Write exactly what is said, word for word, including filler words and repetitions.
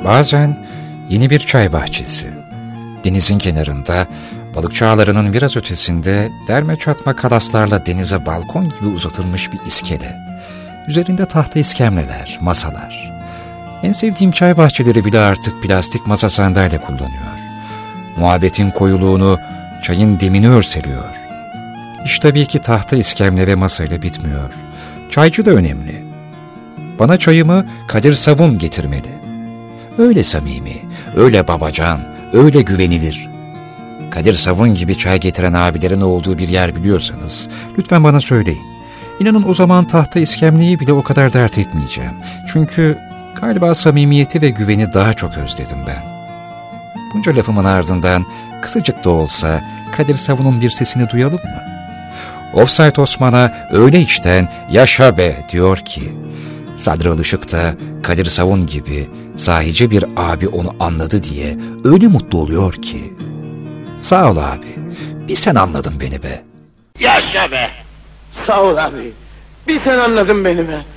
Bazen yeni bir çay bahçesi. Denizin kenarında, balıkçı ağlarının biraz ötesinde derme çatma kalaslarla denize balkon gibi uzatılmış bir iskele. Üzerinde tahta iskemleler, masalar. En sevdiğim çay bahçeleri bile artık plastik masa sandalye kullanıyor. Muhabbetin koyuluğunu, çayın demini örseliyor. İş tabii ki tahta iskemle ve masayla bitmiyor. Çaycı da önemli. Bana çayımı Kadir Savun getirmeli. Öyle samimi, öyle babacan, öyle güvenilir. Kadir Savun gibi çay getiren abilerin olduğu bir yer biliyorsanız lütfen bana söyleyin. İnanın o zaman tahta iskemleyi bile o kadar dert etmeyeceğim. Çünkü galiba samimiyeti ve güveni daha çok özledim ben. Bunca lafımın ardından kısacık da olsa Kadir Savun'un bir sesini duyalım mı? Offside Osman'a öyle içten yaşa be diyor ki, Sadri Alışık da Kadir Savun gibi sahici bir abi onu anladı diye öyle mutlu oluyor ki. Sağ ol abi, bir sen anladın beni be. Yaşa be! Sağ ol abi, bir sen anladın beni be.